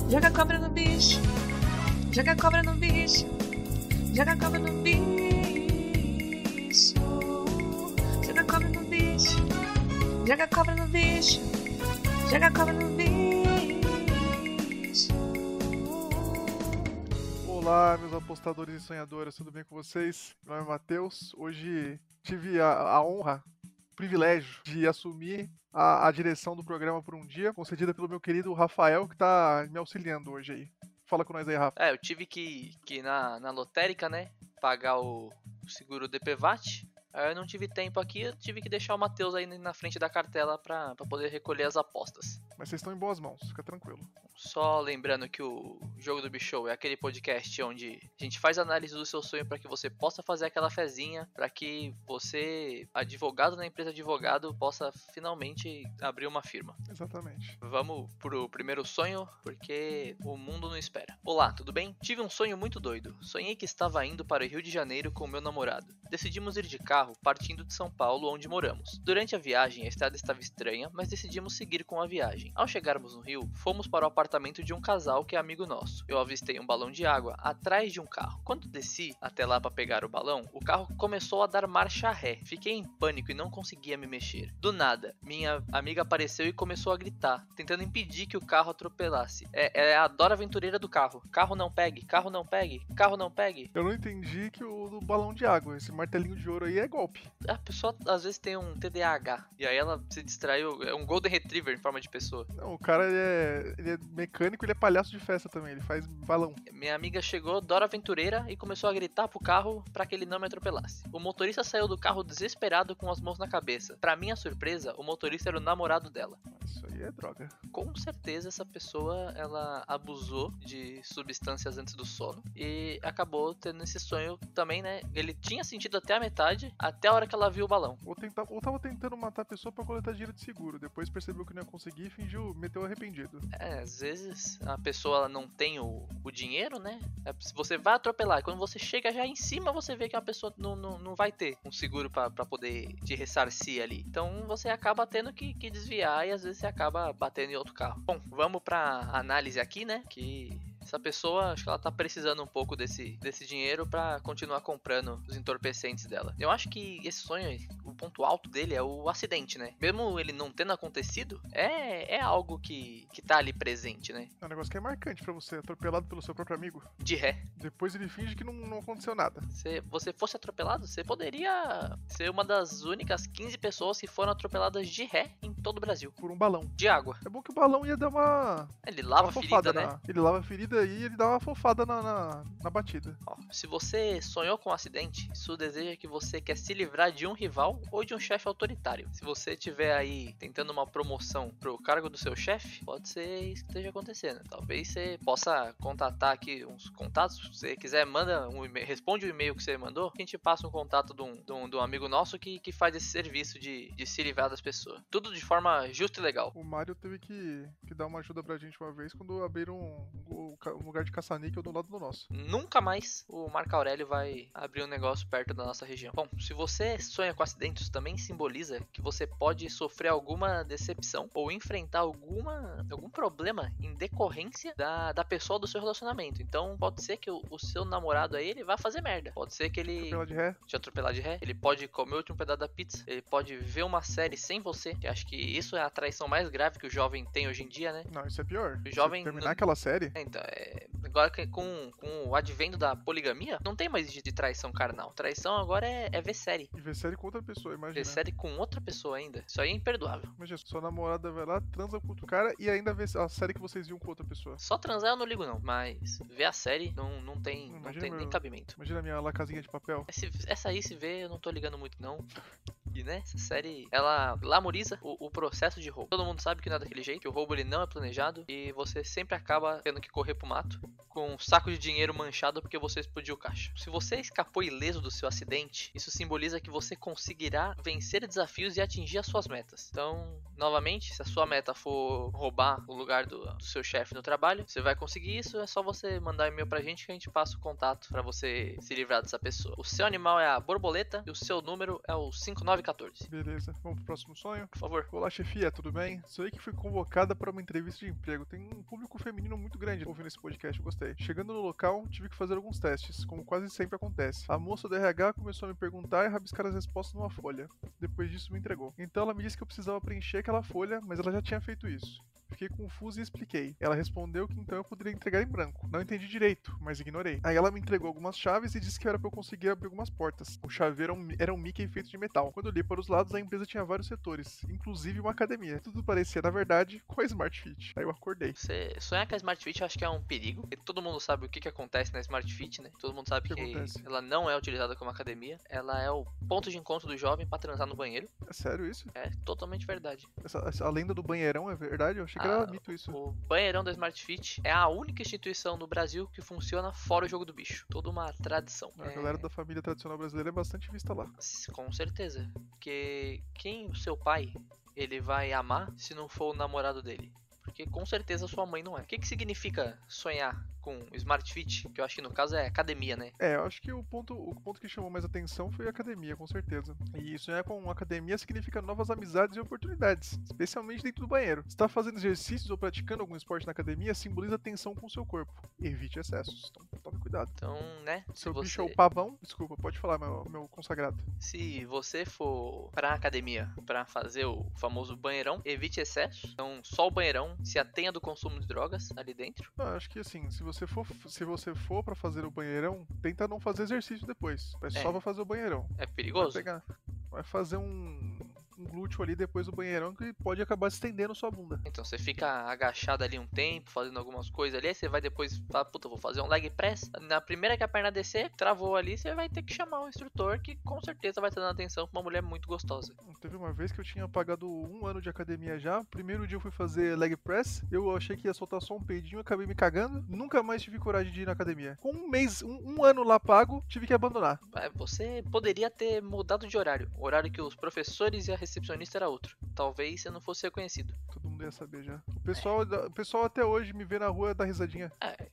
Joga a cobra no bicho. Joga a cobra no bicho. Joga a cobra no bicho. Joga a cobra no bicho. Joga a cobra no bicho. Joga a cobra no bicho. Olá, meus apostadores e sonhadoras, tudo bem com vocês? Meu nome é Matheus. Hoje tive a honra, o privilégio de assumir a direção do programa por um dia, concedida pelo meu querido Rafael, que tá me auxiliando hoje aí. Fala com nós aí, Rafa. Eu tive que ir na lotérica, né? Pagar o seguro DPVAT. Aí eu não tive tempo aqui, eu tive que deixar o Matheus aí na frente da cartela pra poder recolher as apostas. Mas vocês estão em boas mãos, fica tranquilo. Só lembrando que o Jogo do Bicho é aquele podcast onde a gente faz análise do seu sonho para que você possa fazer aquela fezinha, para que você, advogado na empresa advogado, possa finalmente abrir uma firma. Exatamente. Vamos pro primeiro sonho, porque o mundo não espera. Olá, tudo bem? Tive um sonho muito doido. Sonhei que estava indo para o Rio de Janeiro com meu namorado. Decidimos ir de carro partindo de São Paulo, onde moramos. Durante a viagem, a estrada estava estranha, mas decidimos seguir com a viagem. Ao chegarmos no Rio, fomos para o apartamento de um casal que é amigo nosso. Eu avistei um balão de água atrás de um carro. Quando desci até lá para pegar o balão, o carro começou a dar marcha ré. Fiquei em pânico e não conseguia me mexer. Do nada, minha amiga apareceu e começou a gritar, tentando impedir que o carro atropelasse. É a Dora Aventureira do carro. Carro não pegue, carro não pegue, carro não pegue. Eu não entendi que o do balão de água, esse martelinho de ouro aí é golpe. A pessoa às vezes tem um TDAH, e aí ela se distraiu. É um Golden Retriever em forma de pessoa. Não, o cara ele é mecânico, ele é palhaço de festa também, ele faz balão. Minha amiga chegou, Dora Aventureira, e começou a gritar pro carro para que ele não me atropelasse. O motorista saiu do carro desesperado com as mãos na cabeça. Pra minha surpresa, o motorista era o namorado dela. Isso aí é droga. Com certeza essa pessoa, ela abusou de substâncias antes do sono e acabou tendo esse sonho também, né? Ele tinha sentido até a metade, até a hora que ela viu o balão. Ou tava tentando matar a pessoa pra coletar dinheiro de seguro, depois percebeu que não ia conseguir e meteu arrependido. Às vezes a pessoa ela não tem o dinheiro, né? Você vai atropelar, e quando você chega já em cima, você vê que a pessoa não vai ter um seguro pra poder te ressarcir ali. Então você acaba tendo que desviar e às vezes você acaba batendo em outro carro. Bom, vamos pra análise aqui, né? Que essa pessoa, acho que ela tá precisando um pouco desse dinheiro pra continuar comprando os entorpecentes dela. Eu acho que esse sonho, o ponto alto dele é o acidente, né? Mesmo ele não tendo acontecido, é algo que tá ali presente, né? É um negócio que é marcante pra você, atropelado pelo seu próprio amigo. De ré. Depois ele finge que não aconteceu nada. Se você fosse atropelado, você poderia ser uma das únicas 15 pessoas que foram atropeladas de ré em todo o Brasil. Por um balão. De água. É bom que o balão ia dar uma... Ele lava a ferida, né? Ele lava a ferida e ele dá uma fofada na batida. Ó, se você sonhou com um acidente, isso deseja que você quer se livrar de um rival ou de um chefe autoritário. Se você estiver aí tentando uma promoção pro cargo do seu chefe, pode ser isso que esteja acontecendo. Talvez você possa contatar aqui uns contatos. Se você quiser, manda um e-mail, responde o e-mail que você mandou, que a gente passa um contato de um amigo nosso que faz esse serviço de se livrar das pessoas. Tudo de forma justa e legal. O Mário teve que dar uma ajuda pra gente uma vez quando abriram um lugar de caça-níquel do lado do nosso. Nunca mais o Marco Aurélio vai abrir um negócio perto da nossa região. Bom, se você sonha com acidentes, também simboliza que você pode sofrer alguma decepção ou enfrentar algum problema em decorrência da pessoa do seu relacionamento. Então pode ser que o seu namorado aí ele vai fazer merda. Pode ser que ele te atropelar de ré. Ele pode comer o último pedaço da pizza. Ele pode ver uma série sem você. Que acho que isso é a traição mais grave que o jovem tem hoje em dia, né? Não, isso é pior. O jovem terminar aquela série. Então, agora com o advento da poligamia, não tem mais de traição carnal. Traição agora é ver série. E ver série com outra pessoa, imagina. Ver série com outra pessoa ainda. Isso aí é imperdoável. Imagina, sua namorada vai lá, transa com outro cara e ainda vê a série que vocês viam com outra pessoa. Só transar eu não ligo não, mas ver a série não tem nem cabimento. Imagina a minha La Casinha de Papel. Essa aí se vê, eu não tô ligando muito não. E né, essa série, ela glamoriza o processo de roubo. Todo mundo sabe que não é daquele jeito, que o roubo ele não é planejado e você sempre acaba tendo que correr pro mato com um saco de dinheiro manchado porque você explodiu o caixa. Se você escapou ileso do seu acidente, isso simboliza que você conseguirá vencer desafios e atingir as suas metas. Então, novamente, se a sua meta for roubar o lugar do seu chefe no trabalho, você vai conseguir isso, é só você mandar um e-mail pra gente que a gente passa o contato pra você se livrar dessa pessoa. O seu animal é a borboleta e o seu número é o 5914. 14. Beleza, vamos pro próximo sonho? Por favor. Olá, chefia, tudo bem? Sou eu que fui convocada para uma entrevista de emprego. Tem um público feminino muito grande ouvindo esse podcast, eu gostei. Chegando no local, tive que fazer alguns testes, como quase sempre acontece. A moça do RH começou a me perguntar e rabiscar as respostas numa folha. Depois disso, me entregou. Então ela me disse que eu precisava preencher aquela folha, mas ela já tinha feito isso. Fiquei confuso e expliquei. Ela respondeu que então eu poderia entregar em branco. Não entendi direito, mas ignorei. Aí ela me entregou algumas chaves e disse que era pra eu conseguir abrir algumas portas. O chaveiro era um Mickey feito de metal. Quando eu olhei para os lados, a empresa tinha vários setores, inclusive uma academia. Tudo parecia, na verdade, com a Smart Fit. Aí eu acordei. Você sonhar com a Smart Fit eu acho que é um perigo. Porque todo mundo sabe o que acontece na Smart Fit, né? Todo mundo sabe O que que acontece? ela não é utilizada como academia. Ela é o ponto de encontro do jovem pra transar no banheiro. É sério isso? É totalmente verdade. A lenda do banheirão é verdade? Eu achei que era mito isso. O banheirão da Smart Fit é a única instituição no Brasil que funciona fora o jogo do bicho. Toda uma tradição. A galera da família tradicional brasileira é bastante vista lá. Com certeza. Porque quem o seu pai ele vai amar se não for o namorado dele? Porque com certeza sua mãe não é. O que significa sonhar com Smart Fit? Que eu acho que no caso é academia, né? Eu acho que o ponto que chamou mais atenção foi a academia, com certeza. E sonhar com academia significa novas amizades e oportunidades, especialmente dentro do banheiro. Se está fazendo exercícios ou praticando algum esporte na academia, simboliza tensão com o seu corpo. Evite excessos, então tome cuidado. Então, né? Seu bicho é o pavão, desculpa, pode falar, meu consagrado. Se você for pra academia pra fazer o famoso banheirão, evite excessos. Então, só o banheirão, se atenha do consumo de drogas ali dentro. Não, acho que assim, se você for pra fazer o banheirão, tenta não fazer exercício depois. Só pra fazer o banheirão. É perigoso? Vai fazer um glúteo ali depois do banheirão que pode acabar se estendendo sua bunda. Então você fica agachado ali um tempo, fazendo algumas coisas ali, aí você vai depois falar, puta, vou fazer um leg press. Na primeira que a perna descer, travou ali, você vai ter que chamar um instrutor que com certeza vai estar dando atenção pra uma mulher muito gostosa. Teve uma vez que eu tinha pagado 1 ano de academia já. Primeiro dia eu fui fazer leg press, eu achei que ia soltar só um peidinho, acabei me cagando. Nunca mais tive coragem de ir na academia. Com um mês, um ano lá pago, tive que abandonar. Você poderia ter mudado de horário. O horário que os professores e a recepcionista era outro. Talvez você não fosse reconhecido. Todo mundo ia saber já. O pessoal até hoje me vê na rua dá risadinha.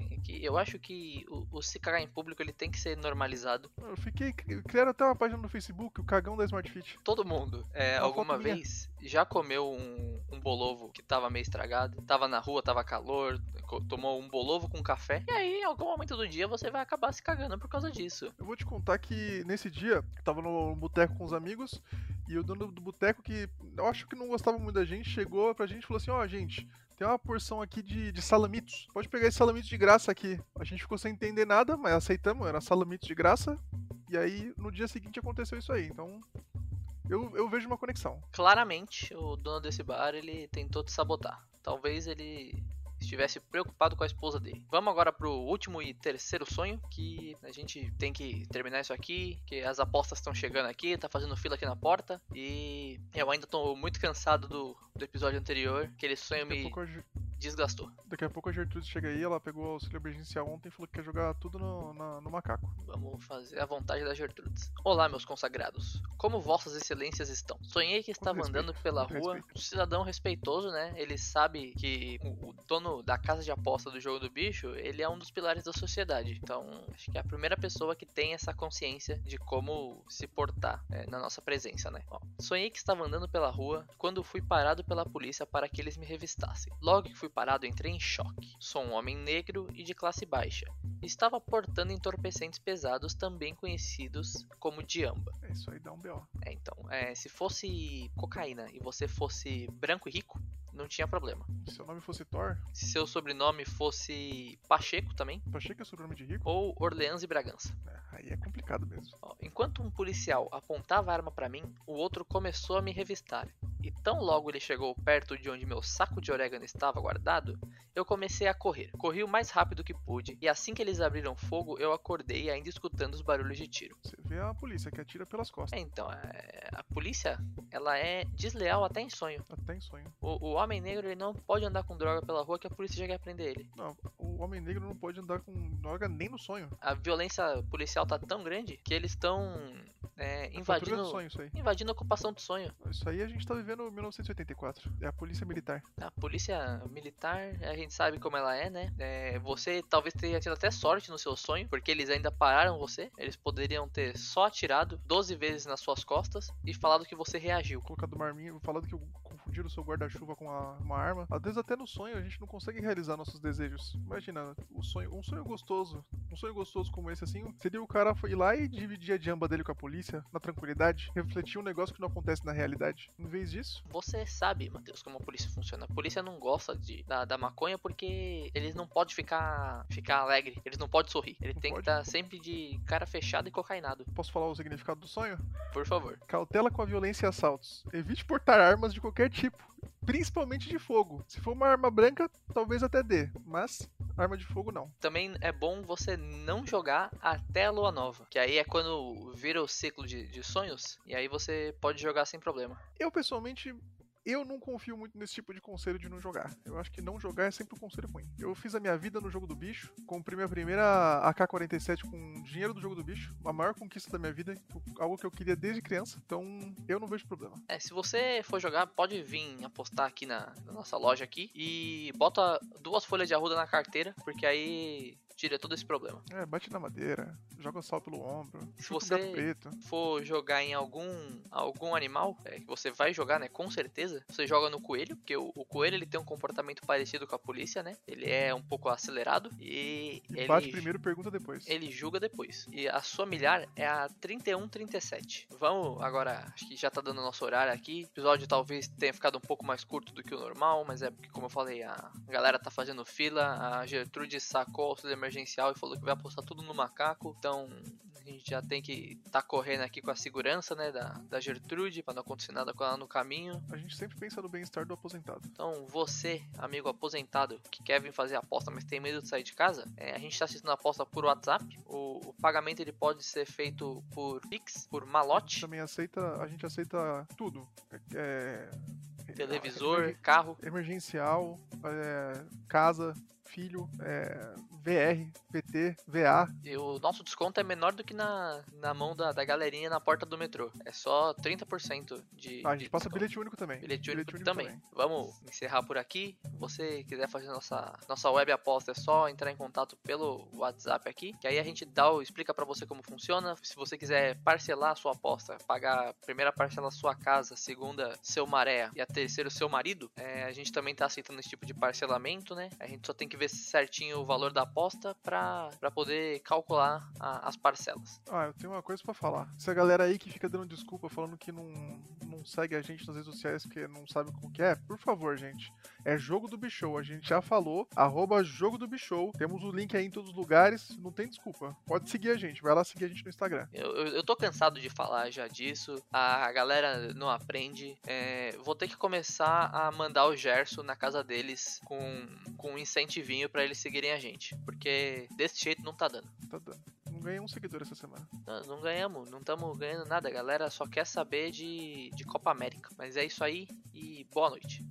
Eu acho que o se cagar em público ele tem que ser normalizado. Criaram até uma página no Facebook, o cagão da Smart Fit. Todo mundo, alguma vez, já comeu um bolovo que tava meio estragado, tava na rua, tava calor, tomou um bolovo com café, e aí em algum momento do dia você vai acabar se cagando por causa disso. Eu vou te contar que nesse dia, eu tava no boteco com os amigos, e o dono do boteco, que eu acho que não gostava muito da gente, chegou pra gente e falou assim, gente, tem uma porção aqui de salamitos. Pode pegar esse salamito de graça aqui. A gente ficou sem entender nada, mas aceitamos, era salamitos de graça. E aí, no dia seguinte aconteceu isso aí. Então, eu vejo uma conexão. Claramente, o dono desse bar, ele tentou te sabotar. Talvez ele estivesse preocupado com a esposa dele. Vamos agora pro último e terceiro sonho, que a gente tem que terminar isso aqui, que as apostas estão chegando aqui, tá fazendo fila aqui na porta, e eu ainda tô muito cansado do episódio anterior, aquele sonho me desgastou. Daqui a pouco a Gertrude chega aí, ela pegou o auxílio emergencial ontem e falou que quer jogar tudo no macaco. Vamos fazer a vontade da Gertrudes. Olá, meus consagrados. Como vossas excelências estão? Sonhei que estava andando pela rua, um cidadão respeitoso, né? Ele sabe que o dono da casa de aposta do jogo do bicho, ele é um dos pilares da sociedade. Então, acho que é a primeira pessoa que tem essa consciência de como se portar na nossa presença, né? Sonhei que estava andando pela rua quando fui parado pela polícia para que eles me revistassem. Logo que fui parado, entrei em choque. Sou um homem negro e de classe baixa. Estava portando entorpecentes pesados, também conhecidos como diamba. Isso aí dá um B.O. Se fosse cocaína e você fosse branco e rico, não tinha problema. Se seu nome fosse Thor? Se seu sobrenome fosse Pacheco também. Pacheco é sobrenome de rico? Ou Orleans e Bragança. Aí é complicado mesmo. Enquanto um policial apontava a arma pra mim, o outro começou a me revistar. E tão logo ele chegou perto de onde meu saco de orégano estava guardado, eu comecei a correr. Corri o mais rápido que pude, e assim que eles abriram fogo, eu acordei ainda escutando os barulhos de tiro. Você vê a polícia que atira pelas costas. A polícia, ela é desleal até em sonho. Até em sonho. O homem negro, ele não pode andar com droga pela rua que a polícia já quer prender ele. Não, o homem negro não pode andar com droga nem no sonho. A violência policial tá tão grande que eles estão invadindo, sonho, isso aí. invadindo a ocupação do sonho. Isso aí a gente tá vivendo 1984. É a polícia militar. A polícia militar, a gente sabe como ela é, né? Você talvez tenha tido até sorte no seu sonho, porque eles ainda pararam você. Eles poderiam ter só atirado 12 vezes nas suas costas e falado que você reagiu. Colocado uma arminha, falado que eu confundiram o seu guarda-chuva com uma arma. Às vezes até no sonho a gente não consegue realizar nossos desejos. Imagina, um sonho gostoso como esse assim, seria o cara ir lá e dividir a jamba dele com a polícia, na tranquilidade, refletir um negócio que não acontece na realidade. Em vez disso... Você sabe, Matheus, como a polícia funciona. A polícia não gosta da maconha porque eles não podem ficar alegre, eles não podem sorrir. Ele tem que estar sempre de cara fechada e cocainado. Posso falar o significado do sonho? Por favor. Cautela com a violência e assaltos. Evite portar armas de qualquer tipo, principalmente de fogo. Se for uma arma branca, talvez até dê, mas arma de fogo não. Também é bom você não jogar até a lua nova, que aí é quando vira o ciclo de sonhos, e aí você pode jogar sem problema. Eu, pessoalmente... Eu não confio muito nesse tipo de conselho de não jogar. Eu acho que não jogar é sempre um conselho ruim. Eu fiz a minha vida no jogo do bicho, comprei minha primeira AK-47 com dinheiro do jogo do bicho, a maior conquista da minha vida, algo que eu queria desde criança, então eu não vejo problema. Se você for jogar, pode vir apostar aqui na nossa loja aqui e bota 2 folhas de arruda na carteira, porque aí tira todo esse problema. Bate na madeira, joga sal pelo ombro, se chuta você um gato preto. For jogar em algum animal, que você vai jogar, né, com certeza, você joga no coelho, porque o coelho ele tem um comportamento parecido com a polícia, né, ele é um pouco acelerado e ele bate primeiro, pergunta depois. Ele julga depois. E a sua milhar é a 3137. Vamos agora, acho que já tá dando nosso horário aqui, o episódio talvez tenha ficado um pouco mais curto do que o normal, mas é porque, como eu falei, a galera tá fazendo fila, a Gertrude sacou o auxílio emergencial e falou que vai apostar tudo no macaco, então a gente já tem que tá correndo aqui com a segurança, né, da Gertrude, pra não acontecer nada com ela no caminho. A gente sempre pensa no bem-estar do aposentado. Então você, amigo aposentado, que quer vir fazer aposta, mas tem medo de sair de casa, a gente tá assistindo a aposta por WhatsApp, o pagamento ele pode ser feito por Pix, por malote. Também a gente aceita tudo. Televisor, carro. Emergencial, casa, filho, VR, PT, VA. E o nosso desconto é menor do que na mão da galerinha na porta do metrô. É só 30% de a gente passa desconto. bilhete único também. Bilhete único também. Vamos encerrar por aqui. Se você quiser fazer nossa web aposta, é só entrar em contato pelo WhatsApp aqui, que aí a gente explica pra você como funciona. Se você quiser parcelar a sua aposta, pagar a primeira parcela sua casa, a segunda seu maré e a terceira o seu marido, a gente também tá aceitando esse tipo de parcelamento, né? A gente só tem que ver certinho o valor da aposta pra poder calcular as parcelas. Eu tenho uma coisa pra falar. Essa galera aí que fica dando desculpa falando que não segue a gente nas redes sociais porque não sabe como que é, por favor, gente. É Jogo do Bichou, a gente já falou, @Jogo do Bichou. Temos o link aí em todos os lugares, não tem desculpa. Pode seguir a gente, vai lá seguir a gente no Instagram. Eu tô cansado de falar já disso, a galera não aprende. Vou ter que começar a mandar o Gerson na casa deles com um incentivinho pra eles seguirem a gente, porque desse jeito não tá dando. Tá dando. Não ganhei um seguidor essa semana. Não ganhamos, não estamos ganhando nada, a galera só quer saber de Copa América. Mas é isso aí e boa noite.